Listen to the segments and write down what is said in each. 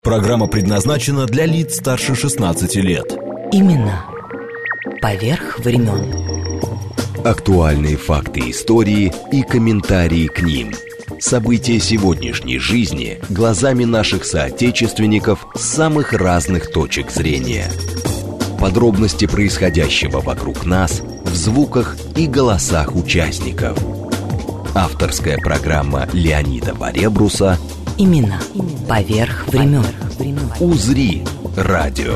Программа предназначена для лиц старше 16 лет. Именно поверх времен. Актуальные факты истории и комментарии к ним. События сегодняшней жизни глазами наших соотечественников с самых разных точек зрения. Подробности происходящего вокруг нас в звуках и голосах участников. Авторская программа Леонида Баребруса Именно поверх времен. «Узри радио».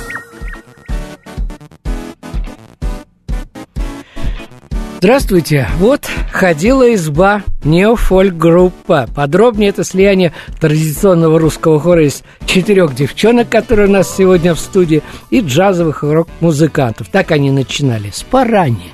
Здравствуйте, вот ходила изба, неофольк-группа. Подробнее это слияние традиционного русского хора из 4 девчонок, которые у нас сегодня в студии, и джазовых рок-музыкантов. Так они начинали, с «Парани».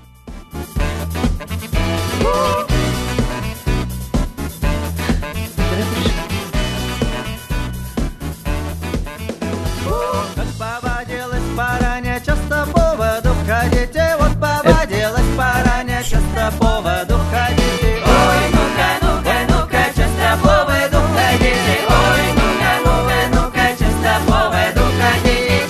Часто поводу ходите, ой, ну-ка, часто поводу ходите, ой, ну-ка, часто поводу ходите,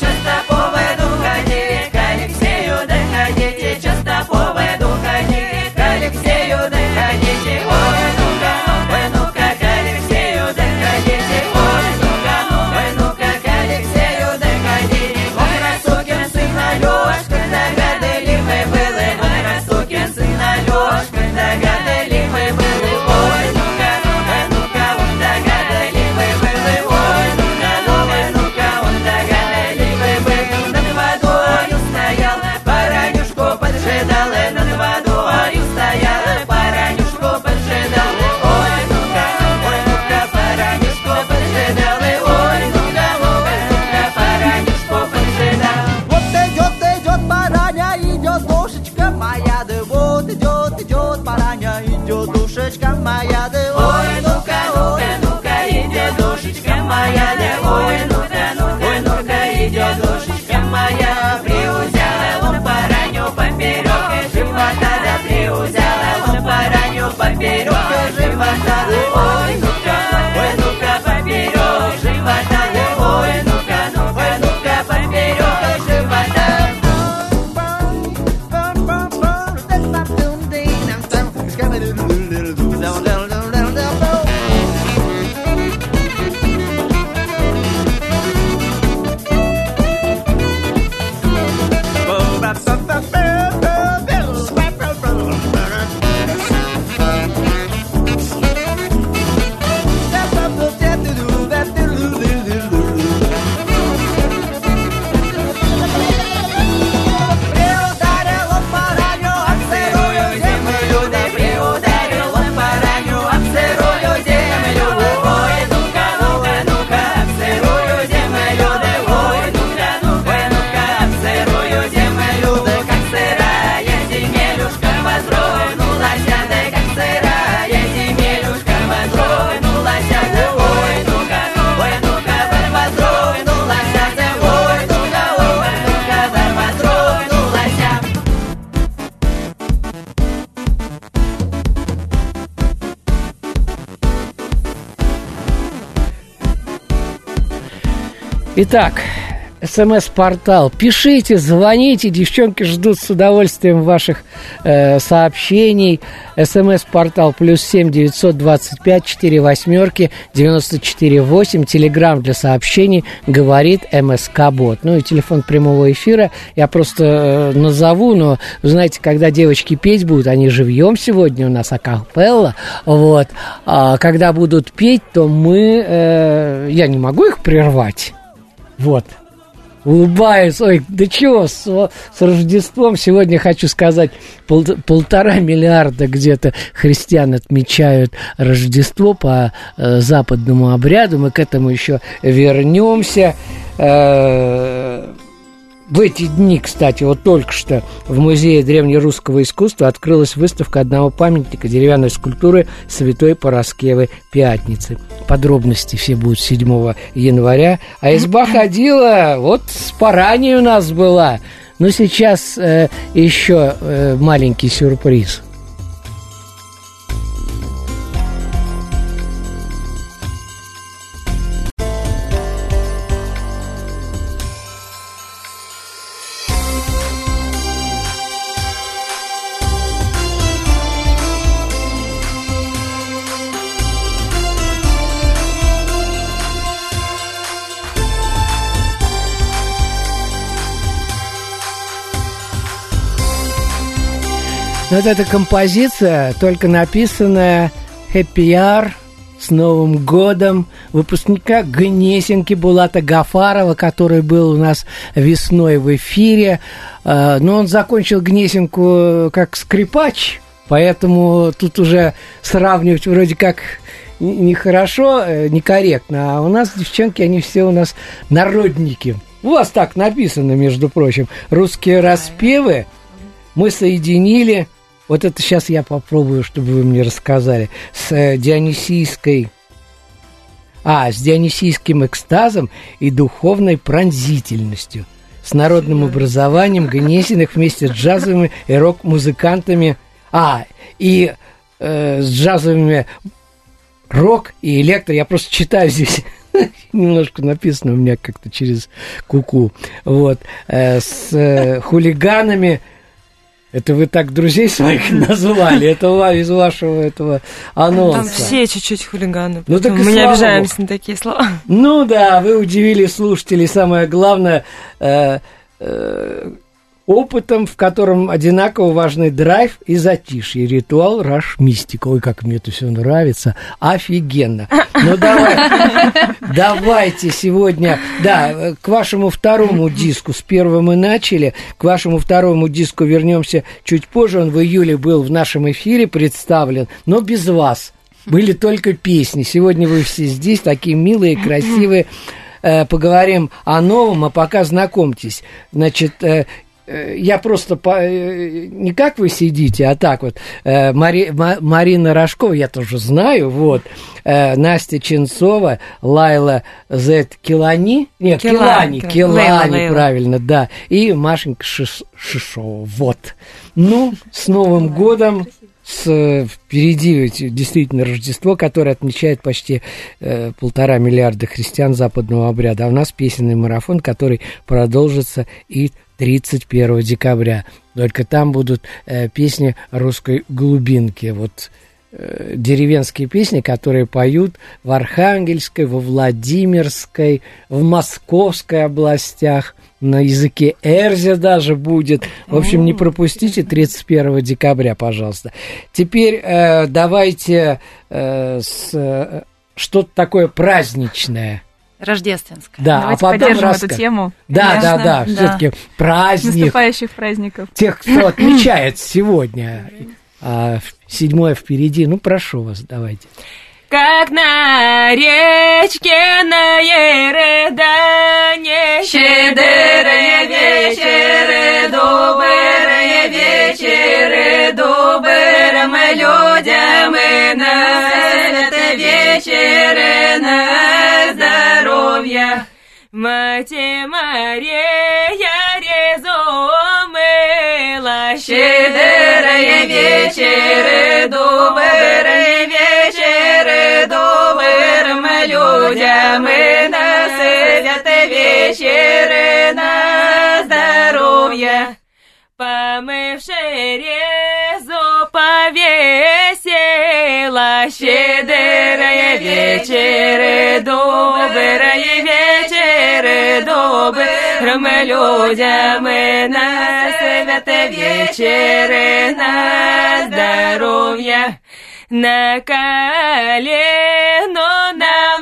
к Алексею доходите, часто поводу ходите, к Алексею доходите, ой, ну-ка, к Алексею доходите, ой, ну-ка, к Алексею доходите, ой, Расукин сын Алёшка, догадливый был, Расукин сын Алёшка, догадливый был, ой, ну-ка, он догадливый был, ой, ну-ка, он догадливый был, над водою стоял, Паранюшку поджидал, над водою стоял, Паранюшку поджидал, ой, ну-ка, Паранюшку поджидал, ой, ну-ка, Паранюшку поджидал. Вот идет Параня, идет душечка моя, да вот идет Параня, идет душечка моя, да ой, ну-ка, идет душечка моя, да ой, ну-ка, идет душечка моя, приузяла он Параню поперек живота, да приузяла он Параню поперек живота, ой, ну-ка, поперек живота, да ой, ну-ка, поперек живота. Итак, СМС-портал. Пишите, звоните, девчонки ждут с удовольствием ваших сообщений. СМС-портал +7 925 48 94 8. Телеграм для сообщений говорит МСК-бот. Ну и телефон прямого эфира я просто назову, но вы знаете, когда девочки петь будут, они живьем сегодня у нас акапелла, вот. А когда будут петь, то мы, я не могу их прервать. Вот. Улыбаюсь. Ой, да чего, с Рождеством сегодня хочу сказать, 1,5 миллиарда где-то христиан отмечают Рождество по западному обряду. Мы к этому еще вернемся. В эти дни, кстати, вот только что в Музее древнерусского искусства открылась выставка одного памятника деревянной скульптуры Святой Параскевы Пятницы. Подробности все будут 7 января. А изба ходила, вот с Параней у нас была. Но сейчас еще маленький сюрприз. Вот эта композиция, только написанная Happy Hour, с Новым годом, выпускника Гнесинки Булата Гафарова, который был у нас весной в эфире. Но он закончил Гнесинку как скрипач, поэтому тут уже сравнивать вроде как нехорошо, некорректно. А у нас девчонки, они все у нас народники. У вас так написано, между прочим. Русские распевы мы соединили. Вот это сейчас я попробую, чтобы вы мне рассказали. С дионисийским экстазом и духовной пронзительностью. С народным образованием Гнесиных вместе с джазовыми и рок-музыкантами. И с джазовыми рок и электро. Я просто читаю здесь. Немножко написано у меня как-то через куку. Вот. С хулиганами. Это вы так друзей своих назвали? Это из вашего этого анонса. Там все чуть-чуть хулиганы. Ну, так мы не обижаемся на такие слова. Ну да, вы удивили слушателей. Самое главное, опытом, в котором одинаково важны драйв и затишье. Ритуал, раш, мистика. Ой, как мне это все нравится. Офигенно. Ну, давайте сегодня... Да, к вашему второму диску. С первым мы начали. К вашему второму диску вернемся чуть позже. Он в июле был в нашем эфире представлен, но без вас. Были только песни. Сегодня вы все здесь, такие милые, красивые. Поговорим о новом, а пока знакомьтесь. Значит... Я просто не как вы сидите, а так вот. Марина Рожкова, я тоже знаю, вот. Настя Ченцова, Лайла Зет Килани. Нет, Килани, правильно, да. И Машенька Шишова. Вот. Ну, с Новым годом. Впереди действительно Рождество, которое отмечает почти 1,5 миллиарда христиан западного обряда. А у нас песенный марафон, который продолжится и 31 декабря. Только там будут песни русской глубинки. Вот деревенские песни, которые поют в Архангельской, во Владимирской, в Московской областях. На языке Эрзя даже будет. В общем, не пропустите 31 декабря, пожалуйста. Теперь давайте что-то такое праздничное. Рождественское. Да, давайте поддержим эту тему. Да, все-таки праздник. Наступающих праздников. Тех, кто отмечает сегодня. 7 впереди. Ну, прошу вас, давайте. Как на речке на Ередане, щедрые вечеры, добрые вечеры, добрым людям и на святые вечеры, на здоровье. Мать Мария резумыла, щедрые вечеры, добрые вечеры, добрым людям и на святые вечеры, на здоровье. Помывши резу повесила, щедрые вечеры, добрые вечеры, добрым людям и на святые вечеры, на здоровье. На колено, на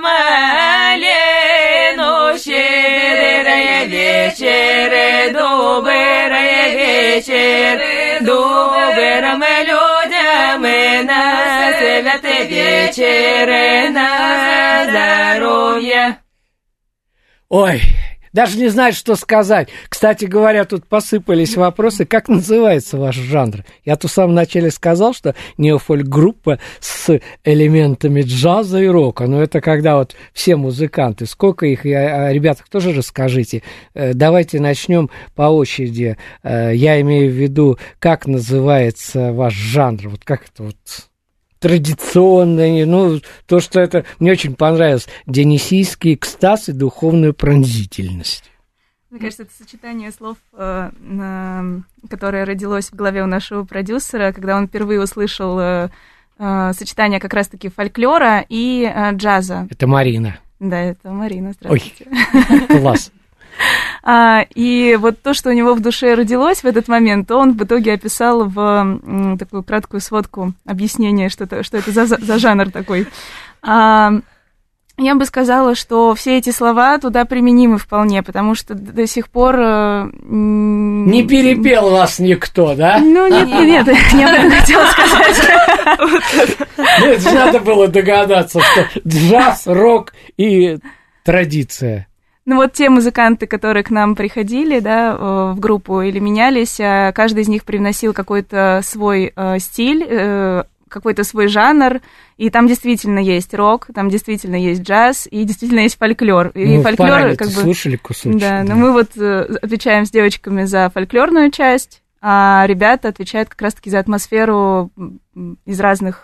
малену, щедрые вечеры, добрые вечеры, добрым людям и на святые вечеры, на здоровье. Ой, даже не знаю, что сказать. Кстати говоря, тут посыпались вопросы, как называется ваш жанр. Я тут в самом начале сказал, что неофольк-группа с элементами джаза и рока. Но это когда вот все музыканты, сколько их, о ребятах тоже расскажите. Давайте начнем по очереди. Я имею в виду, как называется ваш жанр, вот как это вот... традиционное, ну, то, что это мне очень понравилось, дионисийский экстаз и духовную пронзительность. Мне кажется, это сочетание слов, которое родилось в голове у нашего продюсера, когда он впервые услышал сочетание как раз-таки фольклора и джаза. Это Марина. Да, это Марина, здравствуйте. Ой, класс. И вот то, что у него в душе родилось в этот момент, он в итоге описал в такую краткую сводку объяснение, что это за жанр такой. Я бы сказала, что все эти слова туда применимы вполне, потому что до сих пор... Не перепел вас никто, да? Ну, нет, я об этом хотела сказать. Ну, это же надо было догадаться, что джаз, рок и традиция. Ну, вот те музыканты, которые к нам приходили, да, в группу или менялись, каждый из них привносил какой-то свой стиль, какой-то свой жанр, и там действительно есть рок, там действительно есть джаз, и действительно есть фольклор. И ну, фольклор, как бы... слушали кусочек. Да, но мы вот отвечаем с девочками за фольклорную часть, а ребята отвечают как раз-таки за атмосферу из разных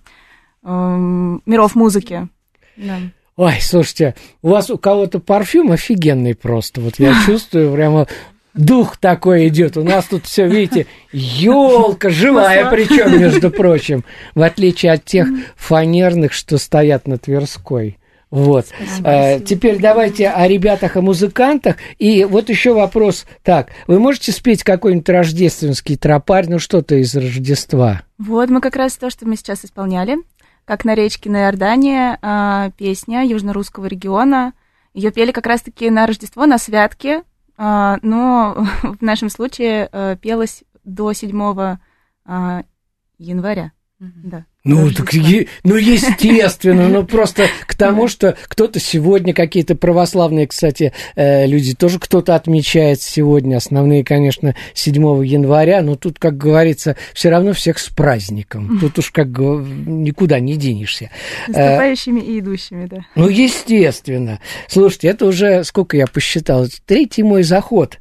миров музыки. Да. Ой, слушайте, у кого-то парфюм офигенный просто. Вот я чувствую прямо... Дух такой идет. У нас тут все, видите, елка живая, причем, между прочим, в отличие от тех фанерных, что стоят на Тверской. Вот. Теперь давайте о ребятах, о музыкантах. И вот еще вопрос. Так, вы можете спеть какой-нибудь рождественский тропарь, ну что-то из Рождества? Вот мы как раз то, что мы сейчас исполняли. «Как на речке на Иордане», песня южно-русского региона. Ее пели как раз-таки на Рождество, на святке. Но в нашем случае пелось до 7 января. Да. Ну, так, естественно, ну, просто к тому, что кто-то сегодня, какие-то православные, кстати, люди, тоже кто-то отмечает сегодня, основные, конечно, 7 января, но тут, как говорится, все равно всех с праздником, тут уж как никуда не денешься. Наступающими и идущими, да. Ну, естественно. Слушайте, это уже, сколько я посчитал, 3-й мой заход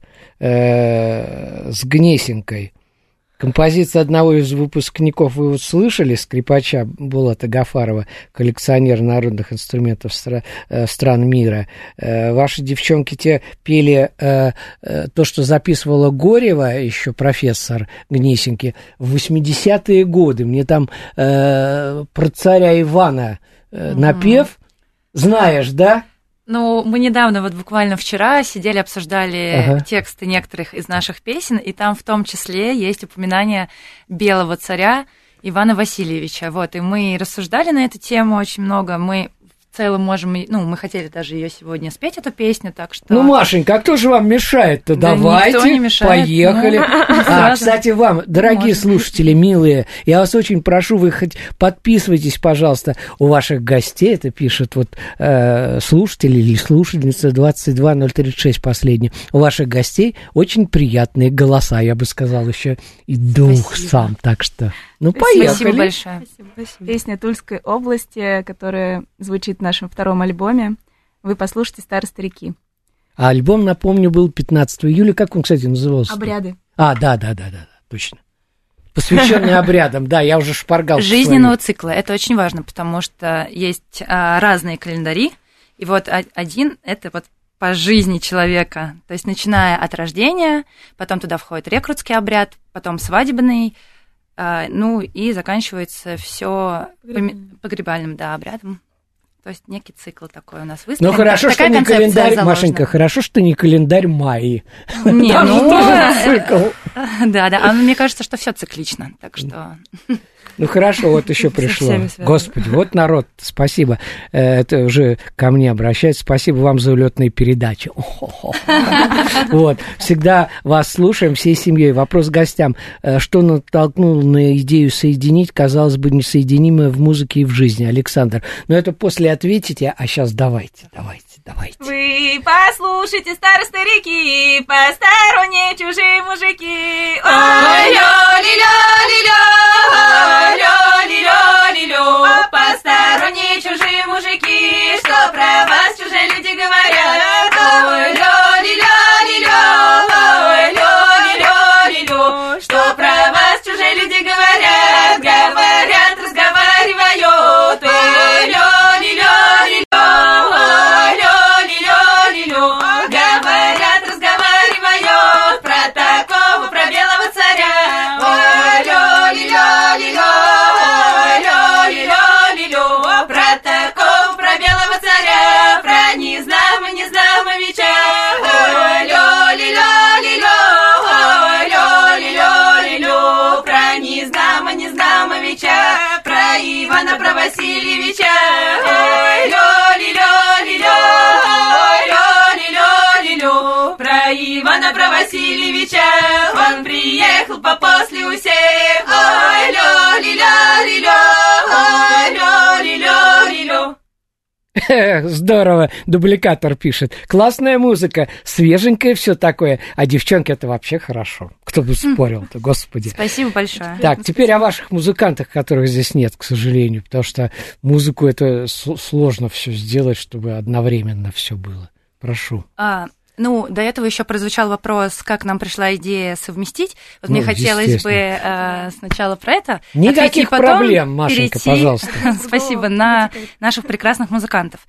с Гнесинкой. Композиция одного из выпускников вы вот слышали, скрипача Булата Гафарова, коллекционер народных инструментов стран мира. Ваши девчонки те пели то, что записывала Горева, еще профессор Гнесинки, в 80-е годы. Мне там про царя Ивана напев, знаешь, да? Ну, мы недавно, вот буквально вчера, сидели, обсуждали тексты некоторых из наших песен, и там в том числе есть упоминание белого царя Ивана Васильевича. Вот, и мы рассуждали на эту тему очень много. Мы в целом можем, ну, мы хотели даже ее сегодня спеть, эту песню, так что... Ну, Машенька, а кто же вам мешает-то? Да давайте, никто не мешает. Поехали. Кстати, вам, дорогие слушатели, милые, я вас очень прошу, вы хоть подписывайтесь, пожалуйста, у ваших гостей, это пишет вот слушатель или слушательница 22036 последний, у ваших гостей очень приятные голоса, я бы сказал, еще и дух Спасибо. Сам, так что... Ну, поехали. Спасибо большое. Спасибо. Песня Тульской области, которая звучит в нашем втором альбоме. Вы послушайте «Старые-старики». А альбом, напомню, был 15 июля. Как он, кстати, назывался? «Обряды». Да, точно. Посвященный обрядам, да, я уже шпаргал. Жизненного цикла. Это очень важно, потому что есть разные календари. И вот один – это вот по жизни человека. То есть, начиная от рождения, потом туда входит рекрутский обряд, потом свадебный, ну и заканчивается все погребальным, да, обрядом. То есть некий цикл такой у нас выстроен. Ну хорошо, что не календарь, заложена. Машенька, хорошо, что не календарь Майи. Не, там ну, тоже цикл. Да, а мне кажется, что все циклично, так что... Ну хорошо, вот еще пришло. Господи, вот народ, спасибо. Это уже ко мне обращается. Спасибо вам за улетные передачи. Вот, всегда вас слушаем всей семьей. Вопрос гостям. Что натолкнуло на идею соединить, казалось бы, несоединимое в музыке и в жизни? Александр, но это после ответите, а сейчас давайте. Вы послушайте, старые-старики, посторонние чужие мужики. Ой-ля-ли-ля-ли-ля, ля-ли-ля-ли-ля, посторонние чужие мужики, что про вас чужие люди говорят. Ой-ля-ли-ля-ли-ля, ой-ля-ли-ля-ли-ля, что про вас чужие люди говорят, разговаривают. Ой-ля-ли-ля-ли-ля, говорят, разговаривают про такого, про белого царя. Ой-ля-ли-ля-ли-ля, про такого, про белого царя, про Здорово, дубликатор пишет. Классная музыка, свеженькая, все такое. А девчонки, это вообще хорошо. Кто бы спорил-то, господи. Спасибо большое. Так, теперь о ваших музыкантах, которых здесь нет, к сожалению, потому что музыку это сложно все сделать, чтобы одновременно все было. Прошу. Ну, до этого еще прозвучал вопрос, как нам пришла идея совместить. Вот мне хотелось бы сначала про это. Никаких проблем, Машенька, пожалуйста. Спасибо, на наших прекрасных музыкантов.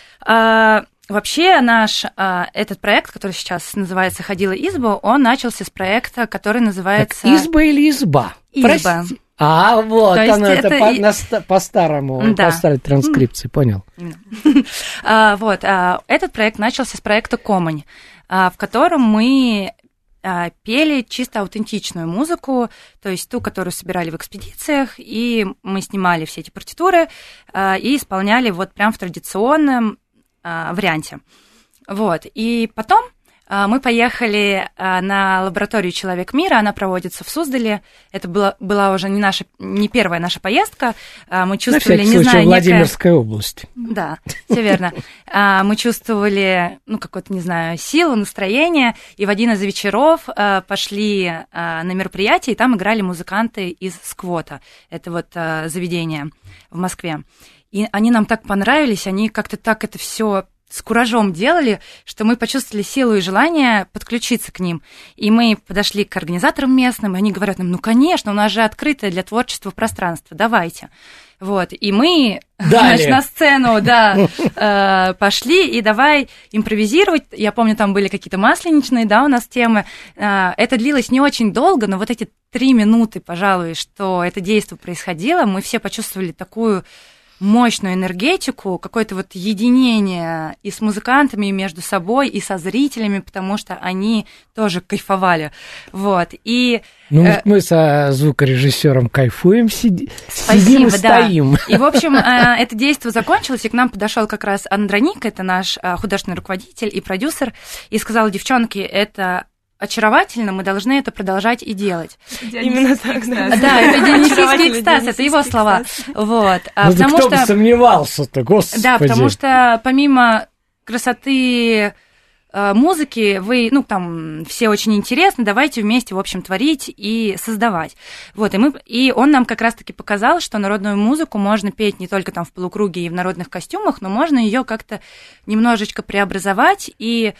Вообще наш этот проект, который сейчас называется «Ходила изба», он начался с проекта, который называется... Так, изба или изба? Изба. Прости. Вот оно, это по-старому, по старой транскрипции, понял. Вот, этот проект начался с проекта «Комань», в котором мы пели чисто аутентичную музыку, то есть ту, которую собирали в экспедициях, и мы снимали все эти партитуры и исполняли вот прям в традиционном варианте. Вот, и потом мы поехали на лабораторию «Человек мира», она проводится в Суздале. Это была уже не первая наша поездка. Мы чувствовали, не знаю, Владимирская область. Да, все верно. Мы чувствовали, какую-то, не знаю, силу, настроение. И в один из вечеров пошли на мероприятие, и там играли музыканты из Сквота. Это вот заведение в Москве. И они нам так понравились, они как-то так это все с куражом делали, что мы почувствовали силу и желание подключиться к ним. И мы подошли к организаторам местным, и они говорят нам, конечно, у нас же открытое для творчества пространство, давайте. Вот, и мы, значит, на сцену, пошли, и давай импровизировать. Я помню, там были какие-то масленичные, у нас темы. Это длилось не очень долго, но вот эти 3 минуты, пожалуй, что это действие происходило, мы все почувствовали такую мощную энергетику, какое-то вот единение и с музыкантами, и между собой, и со зрителями, потому что они тоже кайфовали. Вот. И, мы со звукорежиссером кайфуем, сидим и стоим. И, в общем, это действие закончилось, и к нам подошел как раз Андроник, это наш художественный руководитель и продюсер, и сказал: девчонки, это очаровательно, мы должны это продолжать и делать. Именно так, да. Да, это дионисийский экстаз, это его слова. Вот. Кто бы сомневался-то, господи. Да, потому что помимо красоты музыки, вы, там все очень интересны, давайте вместе, в общем, творить и создавать. Вот, и он нам как раз-таки показал, что народную музыку можно петь не только там в полукруге и в народных костюмах, но можно ее как-то немножечко преобразовать, и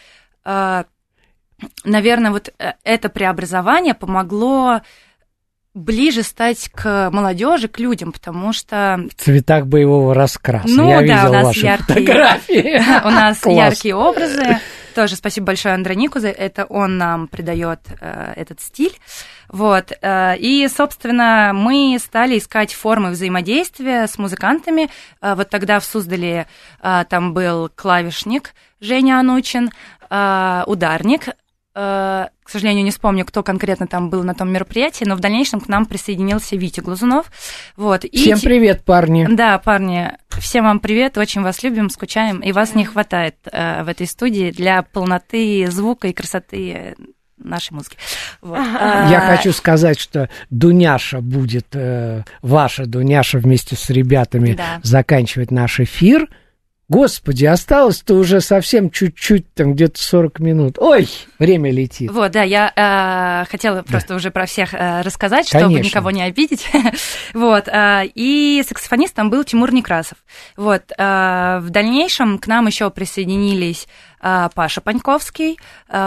наверное, вот это преобразование помогло ближе стать к молодежи, к людям, потому что... В цветах боевого раскраса. Я видел ваши фотографии. У нас яркие образы. Тоже спасибо большое Андронику за это. Он нам придает этот стиль. Вот. И, собственно, мы стали искать формы взаимодействия с музыкантами. Вот тогда в Суздале там был клавишник Женя Анучин, ударник. К сожалению, не вспомню, кто конкретно там был на том мероприятии, но в дальнейшем к нам присоединился Витя Глазунов. Вот. Всем привет, парни. Да, парни, всем вам привет, очень вас любим, скучаем, и вас не хватает в этой студии для полноты звука и красоты нашей музыки. Вот. Я хочу сказать, что Дуняша будет, ваша Дуняша вместе с ребятами заканчивать наш эфир. Господи, осталось-то уже совсем чуть-чуть, там где-то 40 минут. Ой, время летит. Вот, да, я хотела просто уже про всех рассказать, чтобы никого не обидеть. Вот, и саксофонистом был Тимур Некрасов. Вот, в дальнейшем к нам еще присоединились Паша Паньковский.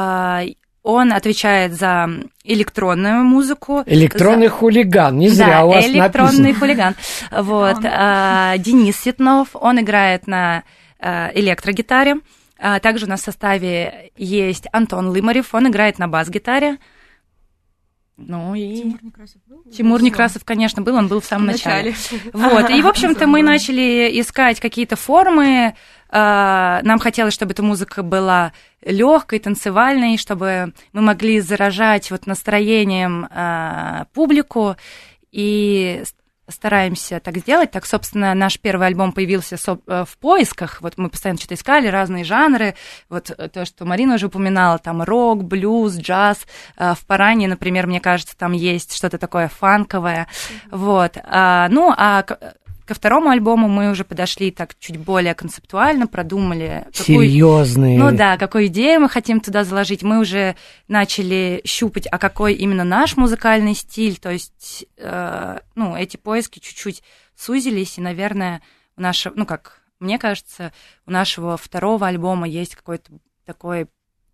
Он отвечает за электронную музыку. Электронный хулиган, не зря у вас написано. Электронный хулиган. Вот. Денис Ситнов, он играет на электрогитаре. Также у нас в составе есть Антон Лымарев, он играет на бас-гитаре. Ну и Тимур Некрасов, конечно, был, он был в самом начале. Вот. И, в общем-то, мы начали искать какие-то формы. Нам хотелось, чтобы эта музыка была легкой, танцевальной, чтобы мы могли заражать вот настроением публику, и стараемся так сделать. Так, собственно, наш первый альбом появился в поисках. Вот мы постоянно что-то искали, разные жанры. Вот то, что Марина уже упоминала, там рок, блюз, джаз. В Паране, например, мне кажется, там есть что-то такое фанковое. Вот. ко второму альбому мы уже подошли так чуть более концептуально, продумали. Серьезные. Ну да, какую идею мы хотим туда заложить. Мы уже начали щупать, а какой именно наш музыкальный стиль. То есть, эти поиски чуть-чуть сузились, и, наверное, как мне кажется, у нашего второго альбома есть какой-то такой...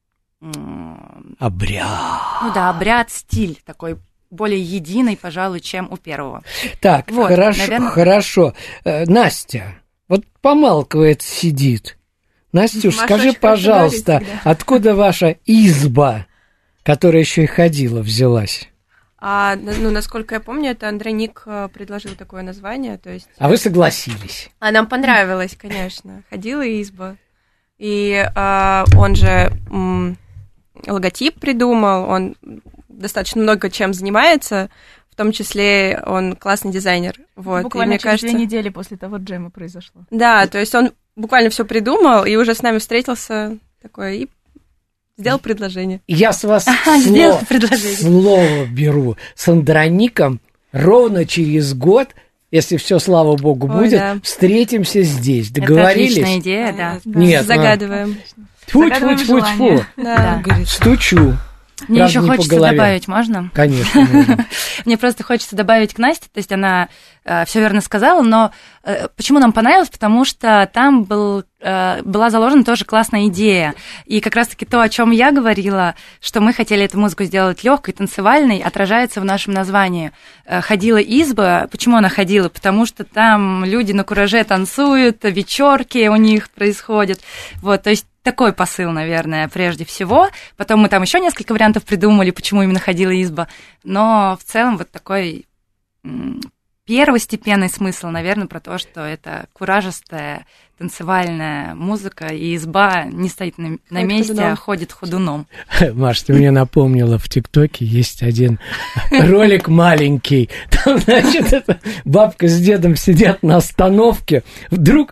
Обряд. Ну да, обряд, стиль такой более единый, пожалуй, чем у первого. Так, вот, хорошо, наверное... хорошо. Настя, вот помалкивает, сидит. Настюш, скажи, пожалуйста, откуда ваша изба, которая еще и ходила, взялась? Насколько я помню, это Андрей Ник предложил такое название, то есть... А вы согласились? А нам понравилось, конечно. Ходила изба. И он же логотип придумал, он достаточно много чем занимается, в том числе он классный дизайнер. Вот. Буквально и, через 2 недели после того джема произошло. Да, то есть он буквально все придумал и уже с нами встретился такой и сделал предложение. Я с вас слово беру. С Андроником ровно через год, если все, слава богу, будет, встретимся здесь. Договорились? Это отличная идея, да. Нет, загадываем. Тьфу-тьфу-тьфу-тьфу. Да. Стучу. Мне еще хочется добавить, можно? Конечно, можно. Мне просто хочется добавить к Насте, то есть она все верно сказала, но почему нам понравилось? Потому что там была заложена тоже классная идея. И как раз-таки то, о чем я говорила, что мы хотели эту музыку сделать легкой, танцевальной, отражается в нашем названии. Ходила изба. Почему она ходила? Потому что там люди на кураже танцуют, вечерки у них происходят. Вот, то есть такой посыл, наверное, прежде всего. Потом мы там еще несколько вариантов придумали, почему именно ходила изба. Но в целом вот такой первостепенный смысл, наверное, про то, что это куражистая танцевальная музыка, и изба не стоит на месте, а ходит ходуном. Маш, ты мне напомнила, в ТикТоке есть один ролик маленький. Там, значит, эта бабка с дедом сидят на остановке. Вдруг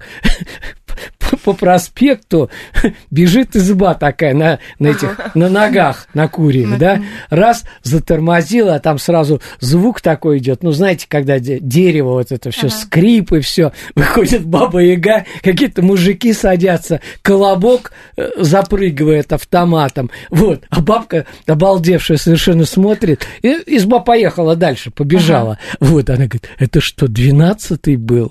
по проспекту бежит изба такая на ногах, на курьях, да? Раз, затормозила, а там сразу звук такой идет. Ну, знаете, когда дерево, вот это все, скрип и все. Выходит Баба-Яга, какие-то мужики садятся, колобок запрыгивает автоматом. Вот, а бабка, обалдевшая, совершенно смотрит, и изба поехала дальше, побежала. Вот, она говорит, это что, 12-й был?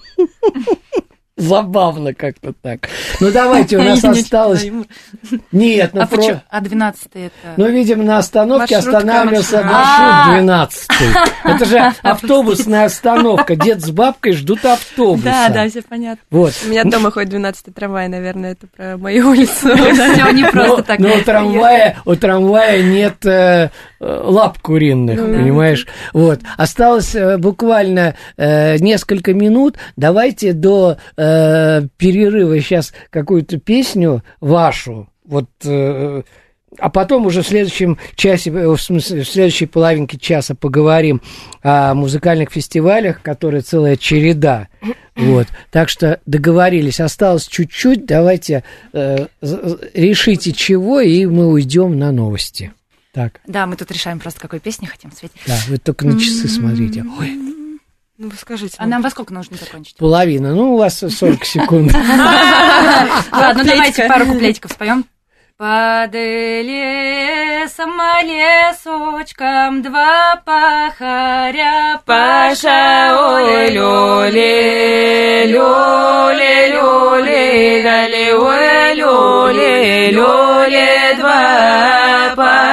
Забавно как-то так. Ну, давайте, у нас осталось... Нет, ну... А 12-й это... Ну, видимо, на остановке останавливался маршрут 12-й. Это же автобусная остановка. Дед с бабкой ждут автобуса. Да, все понятно. Вот. У меня дома ходит 12-й трамвай, наверное, это про мою улицу. Все не просто так. Но у трамвая нет лап куриных, понимаешь? Вот. Осталось буквально несколько минут. Давайте до перерыва сейчас какую-то песню вашу, вот, а потом уже в следующем часе, в смысле, в следующей половинке часа поговорим о музыкальных фестивалях, которые целая череда. Вот. Так что договорились, осталось чуть-чуть, давайте решите чего, и мы уйдем на новости. Так. Да, мы тут решаем просто, какой песни хотим, Светик. Да, вы только на часы смотрите. Ой. Ну, вы скажите. А нам во сколько нужно закончить? Половина. Ну, у вас 40 секунд. Ладно, давайте пару куплетиков споем. Под лесом, лесочком два пахаря, Паша, ой, люли, люли, люли, дали, ой, люли, люли, два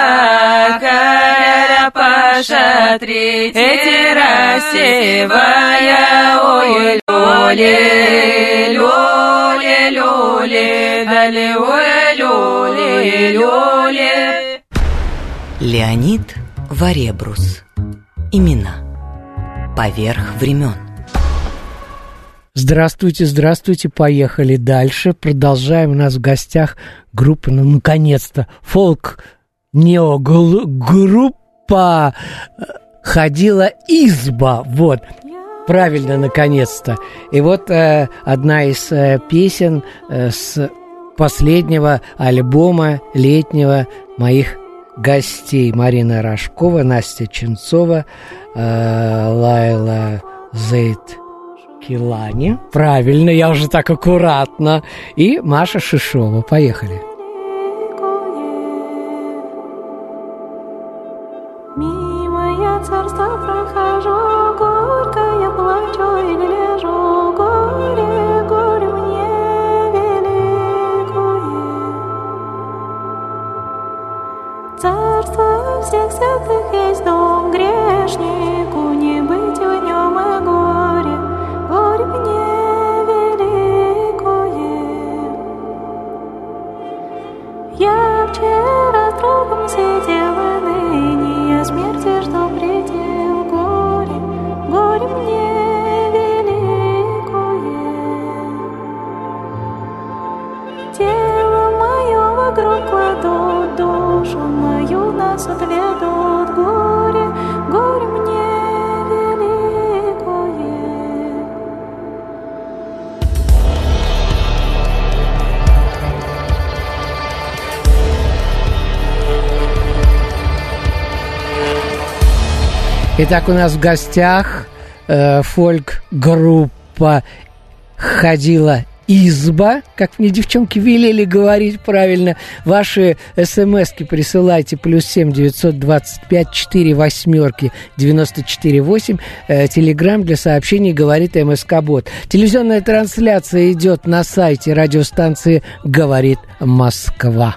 пахаря, Паша, третий рассевая, ой, люли, люли, люли, дали, ой, люли. Леонид Варебрус. Имена. Поверх времен. Здравствуйте, здравствуйте, поехали дальше. Продолжаем. У нас в гостях группа, ну, наконец-то, фолк-нео-группа «Ходила изба». Вот, правильно, наконец-то. И вот одна из песен с последнего альбома летнего моих гостей. Марина Рожкова, Настя Ченцова, Лайла Зейд Килани. Правильно, я уже так аккуратно. И Маша Шишова. Поехали. Мимо я царство прохожу, горько я плачу и гляжу, горе, горе мне великое. Царство всех святых есть дом, грешнику не быть в нем и горе, горе мне великое. Я вчера с другом сидела, ныне я смерти жду предел, горе, горе мне великое. Тело мое вокруг кладут, душу мою на суд ведут, горе, горе мне великое. Итак, у нас в гостях фольк-группа «Ходила изба», как мне девчонки велели говорить правильно. Ваши смски присылайте +7 925 4 восьмерки 94 8. Телеграм для сообщений говорит МСК-бот. Телевизионная трансляция идет на сайте радиостанции «Говорит Москва».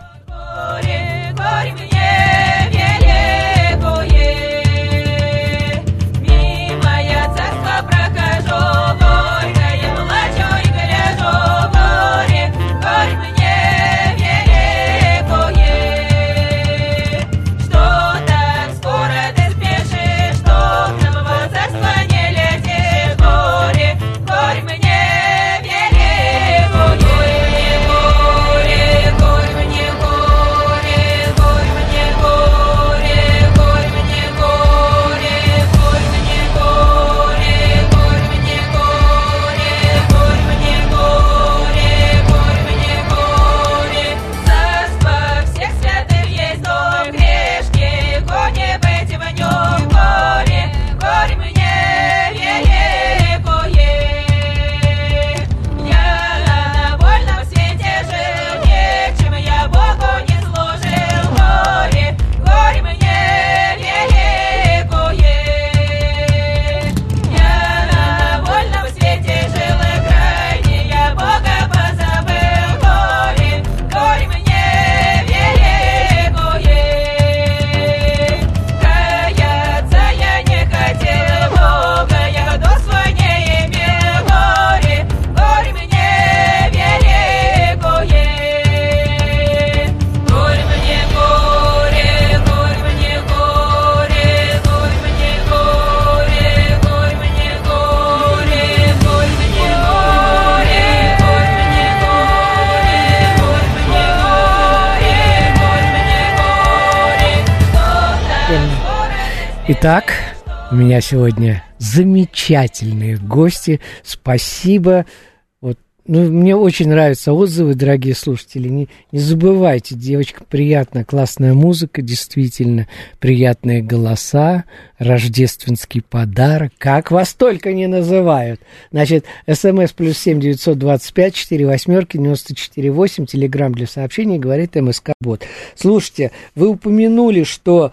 Итак, у меня сегодня замечательные гости. Спасибо. Вот, мне очень нравятся отзывы, дорогие слушатели. Не забывайте, девочка, приятная, классная музыка, действительно, приятные голоса, рождественский подарок. Как вас только не называют. Значит, смс +7 925 4 восьмерки 94 8. Телеграм для сообщений говорит МСК-бот. Слушайте, вы упомянули, что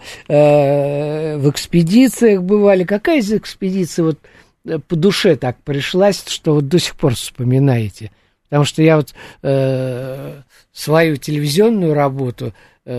в экспедициях бывали. Какая из экспедиций вот по душе так пришлась, что вот до сих пор вспоминаете? Потому что я вот свою телевизионную работу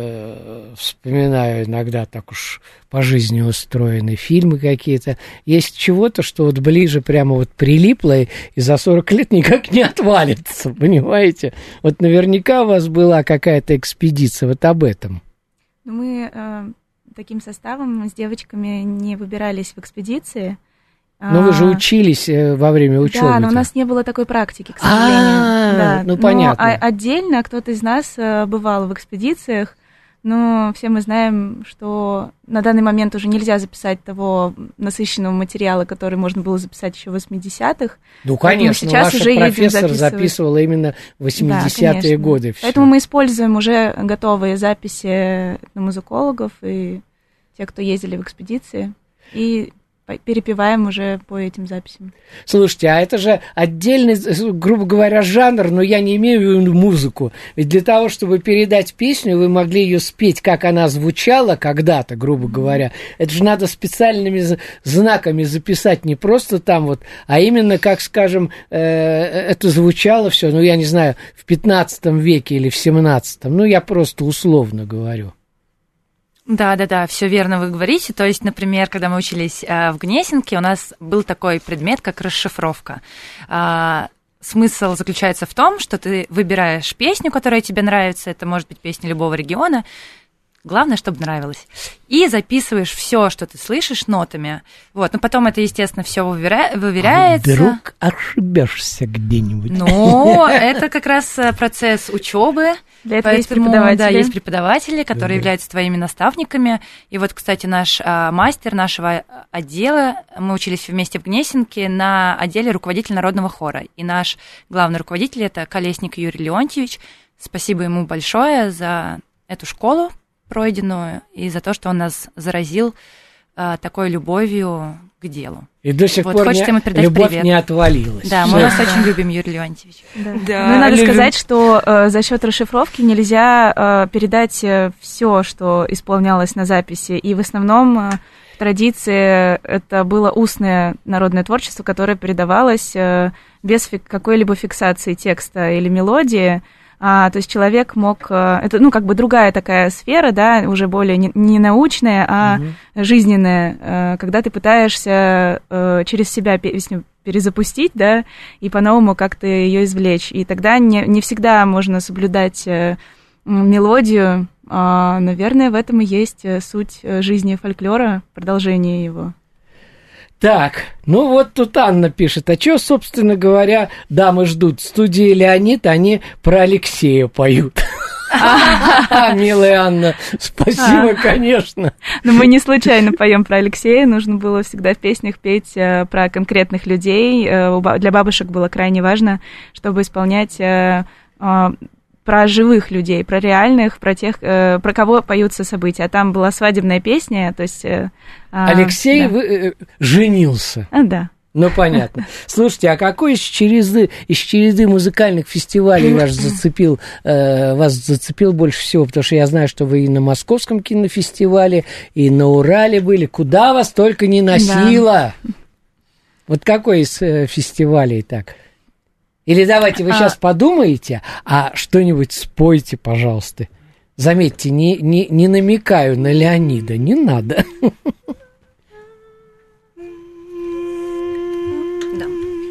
вспоминаю иногда, так уж по жизни устроены, фильмы какие-то. Есть чего-то, что вот ближе прямо вот прилипло и за 40 лет никак не отвалится, понимаете? Вот наверняка у вас была какая-то экспедиция вот об этом. Мы таким составом с девочками не выбирались в экспедиции. Но вы же учились во время учебы. Да, но у нас не было такой практики, к сожалению. Да. Ну понятно. Но отдельно кто-то из нас бывал в экспедициях, но все мы знаем, что на данный момент уже нельзя записать того насыщенного материала, который можно было записать еще в 80-х. Ну, конечно, сейчас ваша уже профессор записывала именно в 80-е годы. Всё. Поэтому мы используем уже готовые записи музыкологов и тех, кто ездили в экспедиции, и перепеваем уже по этим записям. Слушайте, а это же отдельный, грубо говоря, жанр, но я не имею в виду музыку. Ведь для того, чтобы передать песню, вы могли ее спеть, как она звучала когда-то, грубо говоря. Это же надо специальными знаками записать, не просто там вот, а именно, как, скажем, это звучало все, ну, я не знаю, в 15 веке или в 17. Ну, я просто условно говорю. Да, все верно вы говорите. То есть, например, когда мы учились в Гнесинке, у нас был такой предмет, как расшифровка. Смысл заключается в том, что ты выбираешь песню, которая тебе нравится, это может быть песня любого региона, главное, чтобы нравилось, и записываешь все, что ты слышишь, нотами. Вот, но потом это, естественно, все выверяется. А вдруг ошибешься где-нибудь? Ну, это как раз процесс учебы. Для этого есть преподаватели. Да, есть преподаватели, которые являются твоими наставниками. И вот, кстати, наш мастер нашего отдела, мы учились вместе в Гнесинке на отделе руководитель народного хора. И наш главный руководитель – это Колесник Юрий Леонтьевич. Спасибо ему большое за эту школу пройденную и за то, что он нас заразил такой любовью к делу. И до сих вот, пор любовь привет. Не отвалилась. Да, мы вас очень любим, Юрий Леонтьевич. Да, ну, надо сказать, что за счет расшифровки нельзя передать все, что исполнялось на записи. И в основном в традиции это было устное народное творчество, которое передавалось без какой-либо фиксации текста или мелодии. То есть человек мог... Это, ну, как бы другая такая сфера, да, уже более не научная, а жизненная, когда ты пытаешься через себя песню перезапустить, да, и по-новому как-то ее извлечь. И тогда не всегда можно соблюдать мелодию. Наверное, в этом и есть суть жизни фольклора, продолжение его. Так, ну вот тут Анна пишет, а что, собственно говоря, дамы ждут? В студии Леонид, они про Алексея поют. Милая Анна, спасибо, конечно. Но мы не случайно поем про Алексея, нужно было всегда в песнях петь про конкретных людей. Для бабушек было крайне важно, чтобы исполнять про живых людей, про реальных, про тех, про кого поются события. А там была свадебная песня, то есть... Алексей женился. Да. Ну, понятно. Слушайте, а какой из череды музыкальных фестивалей вас зацепил больше всего? Потому что я знаю, что вы и на Московском кинофестивале, и на Урале были. Куда вас только не носило? Да. Вот какой из фестивалей так? Или давайте вы сейчас подумаете, а что-нибудь спойте, пожалуйста. Заметьте, не намекаю на Леонида, не надо. Да.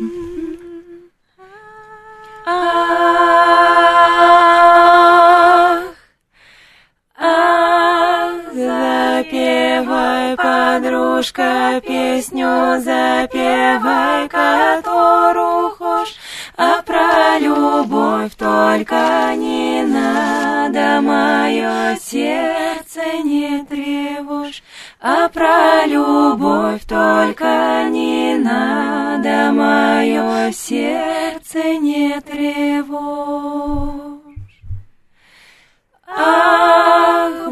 Запевай, подружка, песню запевай, которую хочешь, а про любовь только не надо, мое сердце не тревожь, а про любовь только не надо, мое сердце не тревожь. Ах,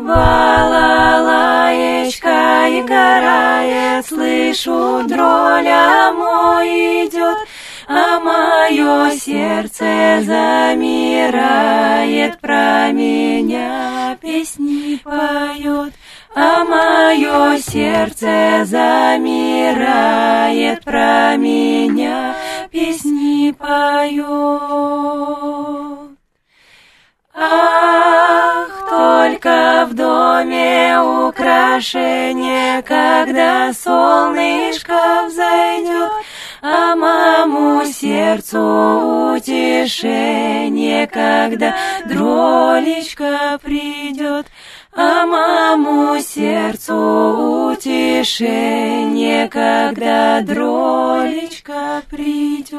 балалаечка играет, слышу, дроля мой идет, а мое сердце замирает, про меня песни поет, а мое сердце замирает, про меня песни поет. Ах, только в доме украшение, когда солнышко взойдет, а маму сердцу утешение, когда дролечка придет, а маму сердцу утешение, когда дролечка придет.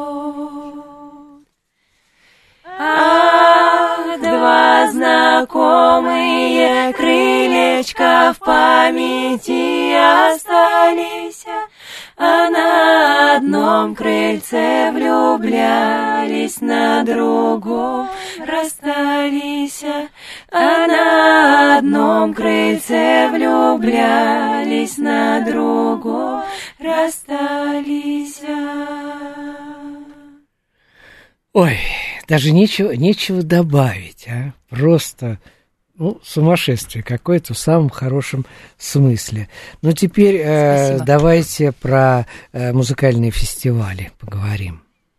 Ах, два знакомые крылечка в памяти остались, а на одном крыльце влюблялись, на другом расстались, а на одном крыльце влюблялись, на другом расстались. Ой, даже нечего добавить, а? Просто, сумасшествие какое-то в самом хорошем смысле. Но теперь давайте про музыкальные фестивали поговорим.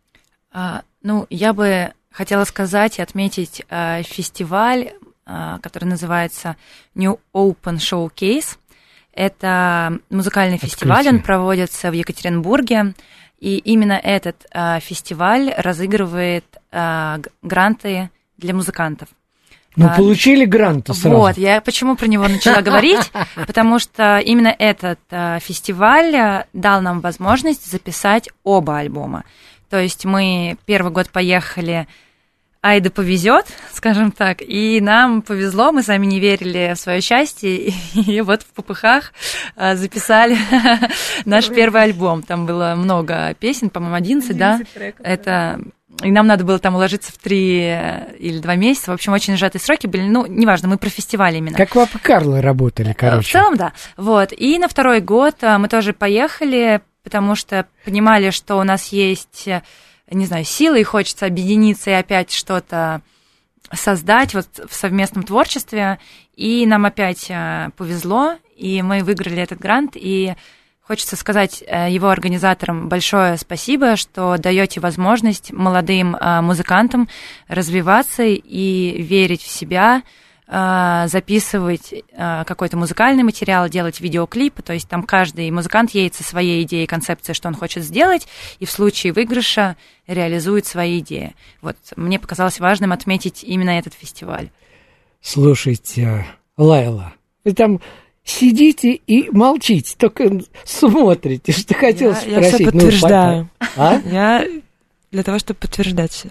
Я бы хотела сказать и отметить фестиваль, который называется New Open Showcase. Это музыкальный фестиваль, он проводится в Екатеринбурге. И именно этот фестиваль разыгрывает гранты для музыкантов. Получили гранты сразу. Вот, я почему про него начала говорить, потому что именно этот фестиваль дал нам возможность записать оба альбома. То есть мы первый год поехали, ай да повезет, скажем так, и нам повезло, мы сами не верили в свое счастье, и вот в попыхах записали наш первый альбом. Там было много песен, по-моему, 11 да? Треков, это... И нам надо было там уложиться в 3 или 2 месяца. В общем, очень сжатые сроки были. Неважно, мы про фестиваль именно. Как Папа Карло работали, короче. В целом, да. Вот. И на второй год мы тоже поехали, потому что понимали, что у нас есть... не знаю, силы, и хочется объединиться и опять что-то создать вот в совместном творчестве. И нам опять повезло, и мы выиграли этот грант. И хочется сказать его организаторам большое спасибо, что даете возможность молодым музыкантам развиваться и верить в себя, записывать какой-то музыкальный материал, делать видеоклипы, то есть там каждый музыкант едет со своей идеей, концепцией, что он хочет сделать, и в случае выигрыша реализует свои идеи. Вот, мне показалось важным отметить именно этот фестиваль. Слушайте, Лайла, вы там сидите и молчите, только смотрите, что хотел спросить. Я все подтверждаю. Я... Для того, чтобы подтверждать все.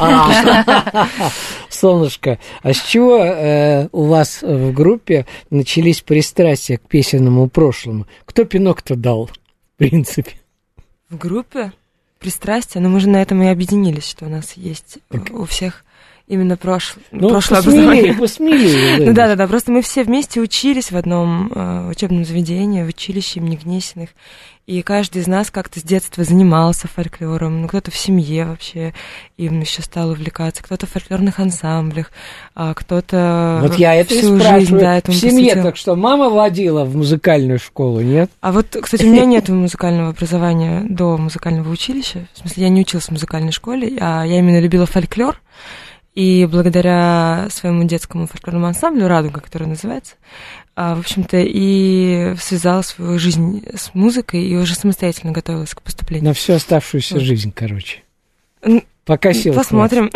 Солнышко, а с чего у вас в группе начались пристрастия к песенному прошлому? Кто пинок-то дал, в принципе? В группе пристрастия? Мы же на этом и объединились, что у нас есть у всех именно прошлое образование. Посмелее. Да, просто мы все вместе учились в одном учебном заведении, в училище имени Гнесиных. И каждый из нас как-то с детства занимался фольклором. Кто-то в семье вообще им еще стал увлекаться, кто-то в фольклорных ансамблях, а кто-то вот я это всю и спрашиваю. Жизнь, этому в семье посвятил. Так что мама водила в музыкальную школу, нет? А вот, кстати, у меня нет музыкального образования до музыкального училища. В смысле, я не училась в музыкальной школе, а я именно любила фольклор. И благодаря своему детскому фольклорному ансамблю «Радуга», который называется, в общем-то, и связала свою жизнь с музыкой и уже самостоятельно готовилась к поступлению. На всю оставшуюся жизнь, короче. Пока сил посмотрим.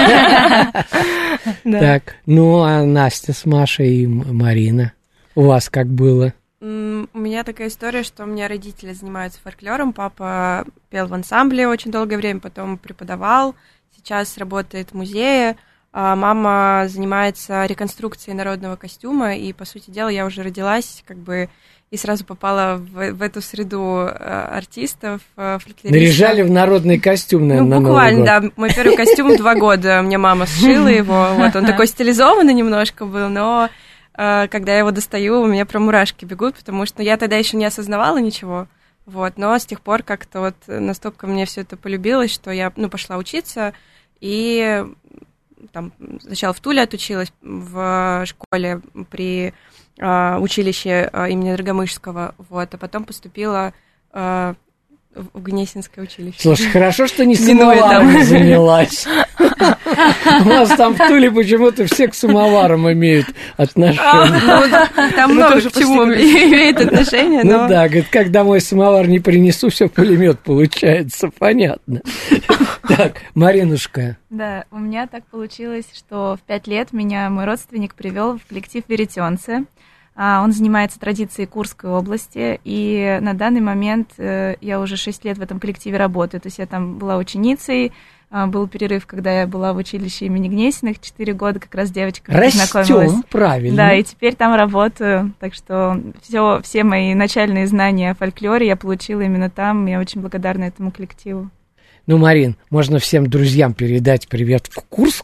Так, а Настя с Машей и Марина, у вас как было? У меня такая история, что у меня родители занимаются фольклором. Папа пел в ансамбле очень долгое время, потом преподавал. Сейчас работает в музее, а мама занимается реконструкцией народного костюма, и, по сути дела, я уже родилась, и сразу попала в эту среду артистов, фольклористов. Наряжали в народный костюм, наверное, буквально, на Новый год. Да. Мой первый костюм 2 года, мне мама сшила его, он такой стилизованный немножко был, но когда я его достаю, у меня прям мурашки бегут, потому что я тогда еще не осознавала ничего. Но с тех пор как-то настолько мне все это полюбилось, что я пошла учиться, и там сначала в Туле отучилась в школе при училище имени Драгомышского, а потом поступила в Гнесинское училище. Слушай, хорошо, что не самоваром занялась. У нас там в Туле почему-то все к самоварам имеют отношение. Там много к чему имеет отношение. Ну да, говорит, как домой самовар не принесу, все пулемет получается, понятно. Так, Маринушка. Да, у меня так получилось, что в 5 лет меня мой родственник привел в коллектив «Веретенцы». Он занимается традицией Курской области, и на данный момент я уже 6 лет в этом коллективе работаю. То есть я там была ученицей, был перерыв, когда я была в училище имени Гнесиных, 4 года как раз девочка познакомилась. Растём, правильно. Да, и теперь там работаю, так что все мои начальные знания о фольклоре я получила именно там, я очень благодарна этому коллективу. Марин, можно всем друзьям передать привет в Курск.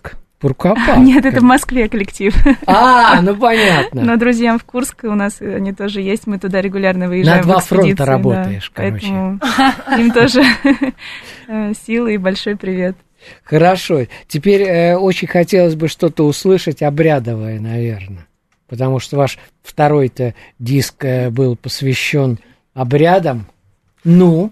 Пуркопа. Нет, это в Москве коллектив. Ну понятно. Но друзьям в Курск у нас они тоже есть, мы туда регулярно выезжаем. На два фронта работаешь, короче. Поэтому им тоже силы и большой привет. Хорошо. Теперь очень хотелось бы что-то услышать обрядовое, наверное. Потому что ваш второй-то диск был посвящен обрядам. Ну,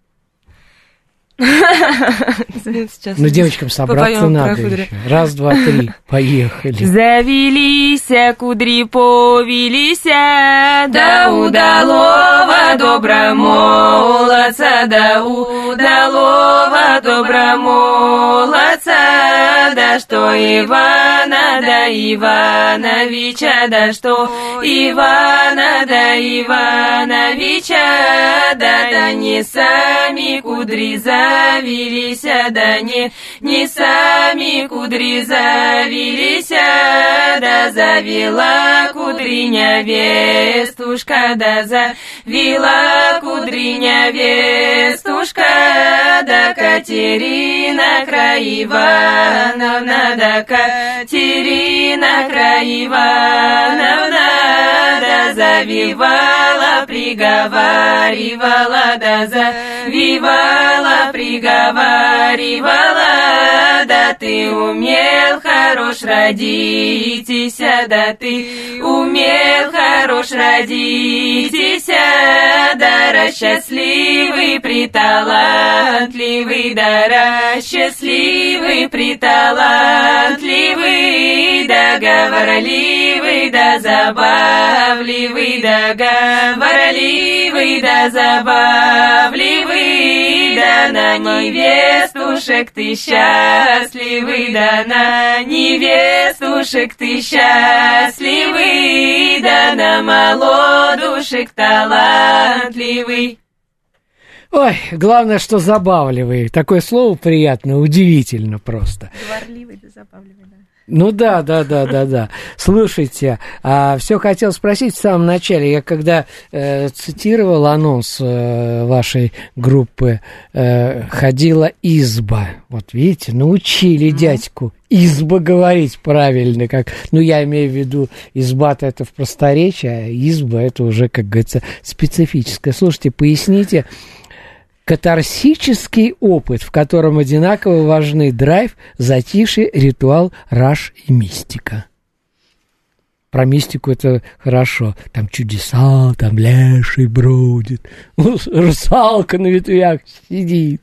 девочкам собраться надо еще. Раз, два, три, поехали. Завелися кудри, повелися, да удалого добра молодца, да удалого добра молодца, да что Ивана, да Ивановича, да что Ивана, да Ивановича, да не сами кудри завелись, да не сами кудри завелись, да завела кудриня вестушка, да завела кудриня вестушка, да Катерина Краивановна, да Катерина Краивановна, да завивала, приговаривала, да завивала, приговаривала, да ты умел хорош родитесь, да ты умел хорош родитесь, да расчастливый, приталантливый, да расчастливый, приталантливый, да говорливый, да забавливый, да говорливый, да забавливый, да на невестушек ты счастливый, да на невестушек ты счастливый, да на молодушек талантливый. Ой, главное, что забавливый. Такое слово приятное, удивительно просто. Говорливый, да забавливый, да. Ну да. Слушайте, все хотел спросить в самом начале. Я когда цитировал анонс вашей группы, ходила изба. Вот видите, научили дядьку изба говорить правильно. Я имею в виду, изба-то это в просторечии, а изба это уже, как говорится, специфическое. Слушайте, поясните. Катарсический опыт, в котором одинаково важны драйв, затишье, ритуал, раш и мистика. Про мистику это хорошо. Там чудеса, там леший бродит, русалка на ветвях сидит.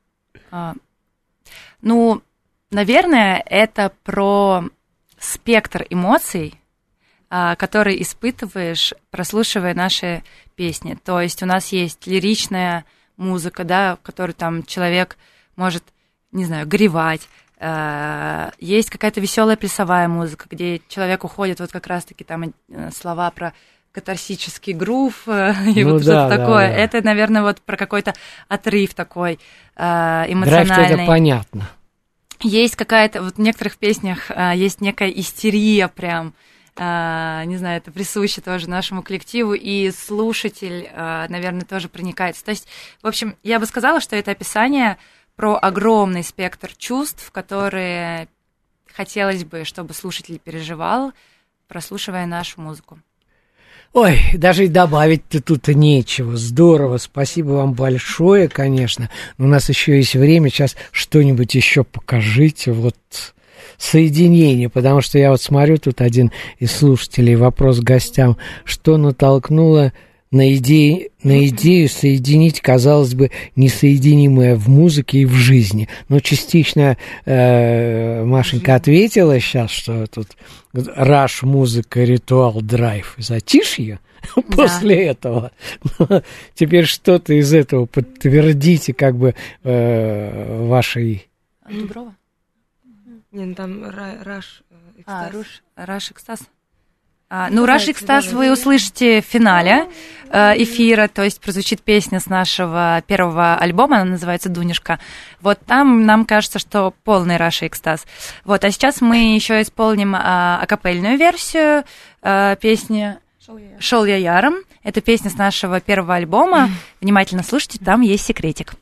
Наверное, это про спектр эмоций, который испытываешь, прослушивая наши песни. То есть у нас есть лиричная музыка, да, в которой там человек может, не знаю, горевать. Есть какая-то веселая плясовая музыка, где человек уходит, вот как раз-таки там слова про катарсический грув и вот что-то такое. Да. Это, наверное, вот про какой-то отрыв такой эмоциональный. Драйв, это понятно. Есть какая-то, вот в некоторых песнях есть некая истерия прям, не знаю, это присуще тоже нашему коллективу, и слушатель, наверное, тоже проникается. То есть, в общем, я бы сказала, что это описание про огромный спектр чувств, которые хотелось бы, чтобы слушатель переживал, прослушивая нашу музыку. Ой, даже и добавить-то тут нечего. Здорово, спасибо вам большое, конечно. У нас еще есть время, сейчас что-нибудь еще покажите, вот... соединение, потому что я вот смотрю, тут один из слушателей, вопрос гостям, что натолкнуло на идею соединить, казалось бы, несоединимое в музыке и в жизни. Но частично Машенька ответила сейчас, что тут раш, музыка, ритуал, драйв, затишье после этого. Но теперь что-то из этого подтвердите как бы вашей... Дуброва? Нет, там Раш Экстаз. Раш Экстаз. Раш Экстаз вы услышите в финале эфира, то есть прозвучит песня с нашего первого альбома, она называется «Дунюшка». Вот там нам кажется, что полный Раш Экстаз. Вот, а сейчас мы еще исполним акапельную версию песни «Шел я яром». Это песня с нашего первого альбома. Внимательно слушайте, там есть секретик.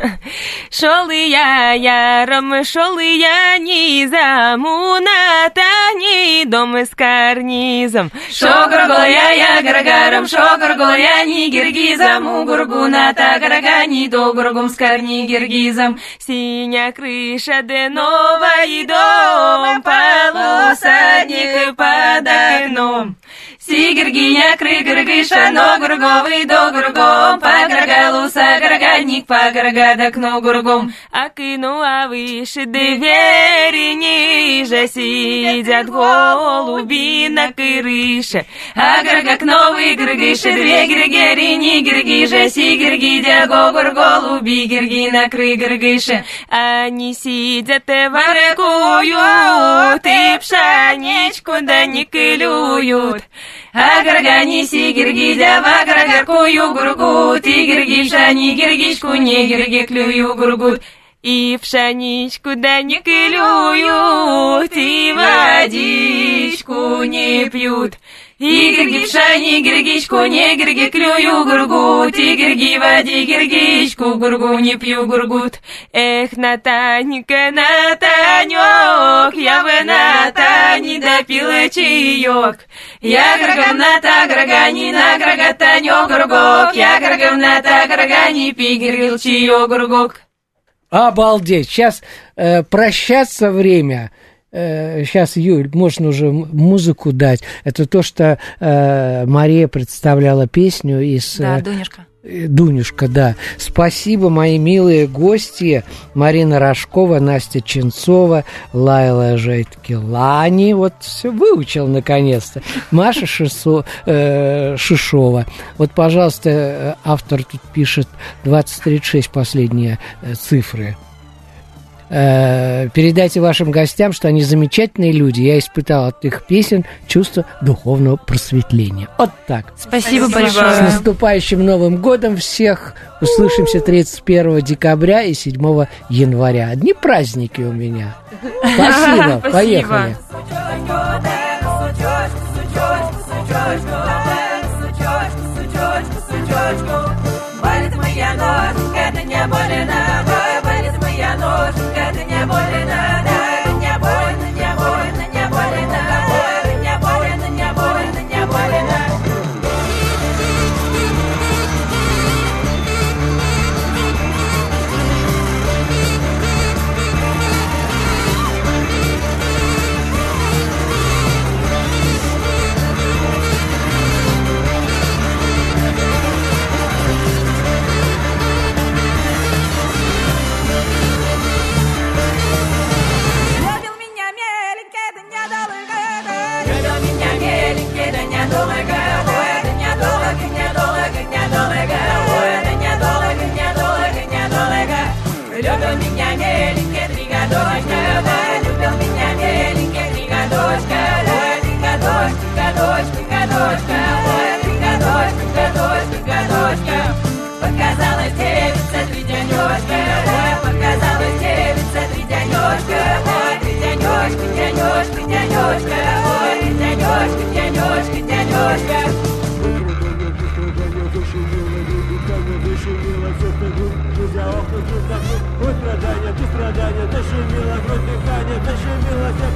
Шел я яром, шел я низом, унатани дом с карнизом. Шогоргол я гаргаром, шогоргол я ни гиргизом, у гургуната гаргани до гургум с карни гиргизом. Синяя крыша де новый дом, полусадник под окном. Сигиргиня крыгыргыша, но гурговый до гургом, по гаргалуса гарганик, по гаргадок, но гургом. Окну, а выше двери ниже сидят голуби на крыше. А гаргак новый гыргыше, две гиргери, ни гиргиже, сигиргидя гогур голуби, гирги на крыгыргыше. Они сидят и воркуют, и пшеничку да не клюют. А гаргани сигиргидя, в гаргаркую гургут, и гиргиша, ни гиргишку, не гирги клюю гургут. И пшеничку да не клюют, и водичку не пьют. И гиргиша, ни гиргишку, не гирги клюю гургут, и гирги води гиргишку, гургу не пью гургут. Эх, Натанька, Натанёк, я бы на Тане допила чаёк. Я гаргамната гаргани на гаргатанё гургок, я гаргамната гаргани пигрил чаё гургок. Обалдеть! Сейчас прощаться время. Сейчас, Юль, можно уже музыку дать. Это то, что Мария представляла песню из... Да, Дунюшка. Дунюшка, да. Спасибо, мои милые гости. Марина Рожкова, Настя Ченцова, Лайла Жайткилани. Вот все выучил наконец-то. Маша Шишова. Вот, пожалуйста, автор тут пишет 2036 последние цифры. Передайте вашим гостям, что они замечательные люди. Я испытал от их песен чувство духовного просветления. Вот так. Спасибо большое. С наступающим Новым годом всех. Услышимся 31 декабря и 7 января. Одни праздники у меня. Спасибо. Поехали. Болит моя ножка, это не больно. Болит моя ножка, это не больно. Не больно, не больно, не больно. Не больно, не больно, не больно. Любил меня меленький, три годочка, любил меня меленький, три годочка, три годочка, годочка, годочка, три годочка, годочка, годочка. Показалась девица, три денёчка, показалась девица, три денёчка, три денёчка, денёчка, денёчка, три денёчка, денёчка, денёчка. Страдания, зашумело, грудь дыхание, зашумело,